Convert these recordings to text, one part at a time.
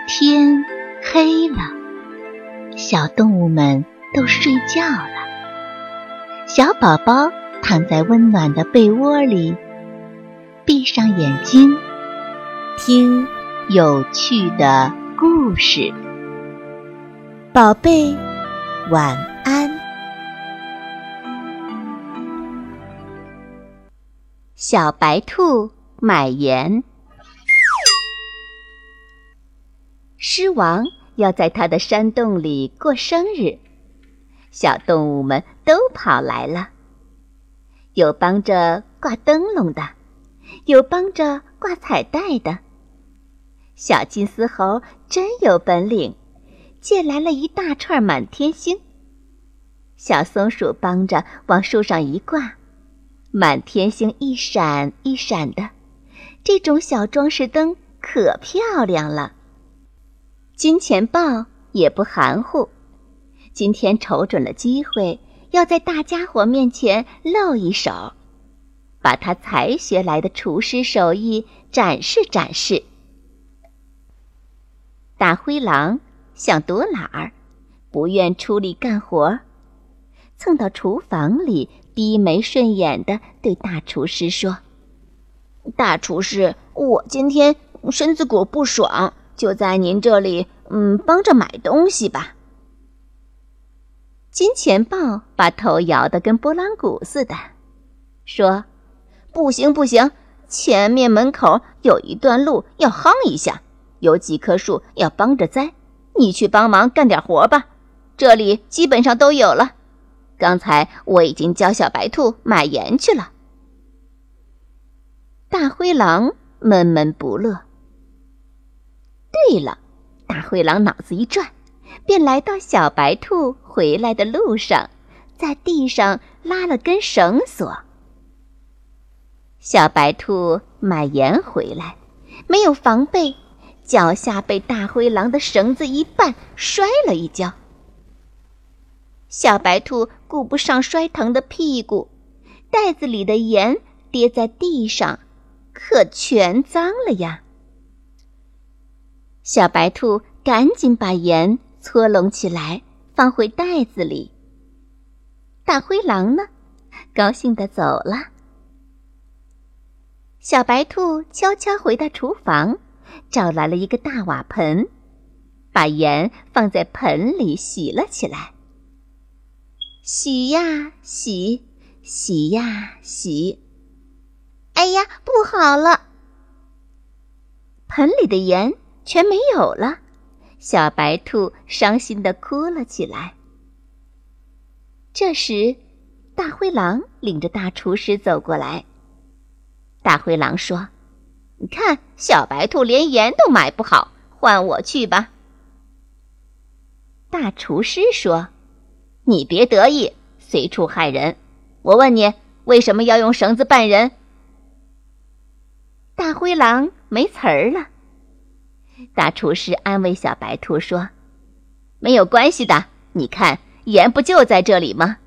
天黑了，小动物们都睡觉了。小宝宝躺在温暖的被窝里，闭上眼睛，听有趣的故事。宝贝，晚安。小白兔买盐。狮王要在他的山洞里过生日，小动物们都跑来了，有帮着挂灯笼的，有帮着挂彩带的。小金丝猴真有本领，借来了一大串满天星。小松鼠帮着往树上一挂，满天星一闪一闪的，这种小装饰灯可漂亮了。金钱豹也不含糊，今天瞅准了机会，要在大家伙面前露一手，把他才学来的厨师手艺展示展示。大灰狼想躲懒儿，不愿出力干活，蹭到厨房里，低眉顺眼地对大厨师说：大厨师，我今天身子骨不爽，就在您这里帮着买东西吧。金钱豹把头摇得跟拨浪鼓似的，说：不行不行，前面门口有一段路要夯一下，有几棵树要帮着栽，你去帮忙干点活吧，这里基本上都有了。刚才我已经教小白兔买盐去了。大灰狼闷闷不乐。对了，大灰狼脑子一转，便来到小白兔回来的路上，在地上拉了根绳索。小白兔买盐回来，没有防备，脚下被大灰狼的绳子一绊，摔了一跤。小白兔顾不上摔疼的屁股，袋子里的盐跌在地上，可全脏了呀。小白兔赶紧把盐搓拢起来，放回袋子里。大灰狼呢，高兴地走了。小白兔悄悄回到厨房，找来了一个大瓦盆，把盐放在盆里洗了起来。洗呀洗，洗呀洗，哎呀，不好了！盆里的盐全没有了，小白兔伤心地哭了起来。这时，大灰狼领着大厨师走过来。大灰狼说：你看，小白兔连盐都买不好，换我去吧。大厨师说：你别得意，随处害人。我问你，为什么要用绳子绊人？大灰狼没词儿了。大厨师安慰小白兔说：没有关系的，你看，盐不就在这里吗？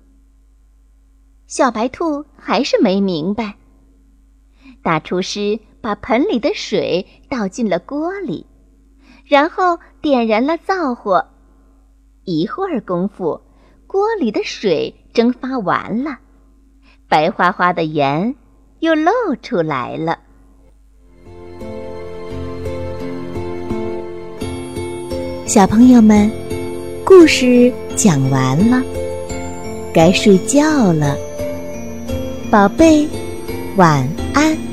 小白兔还是没明白。大厨师把盆里的水倒进了锅里，然后点燃了灶火。一会儿功夫，锅里的水蒸发完了，白花花的盐又露出来了。小朋友们，故事讲完了，该睡觉了，宝贝，晚安。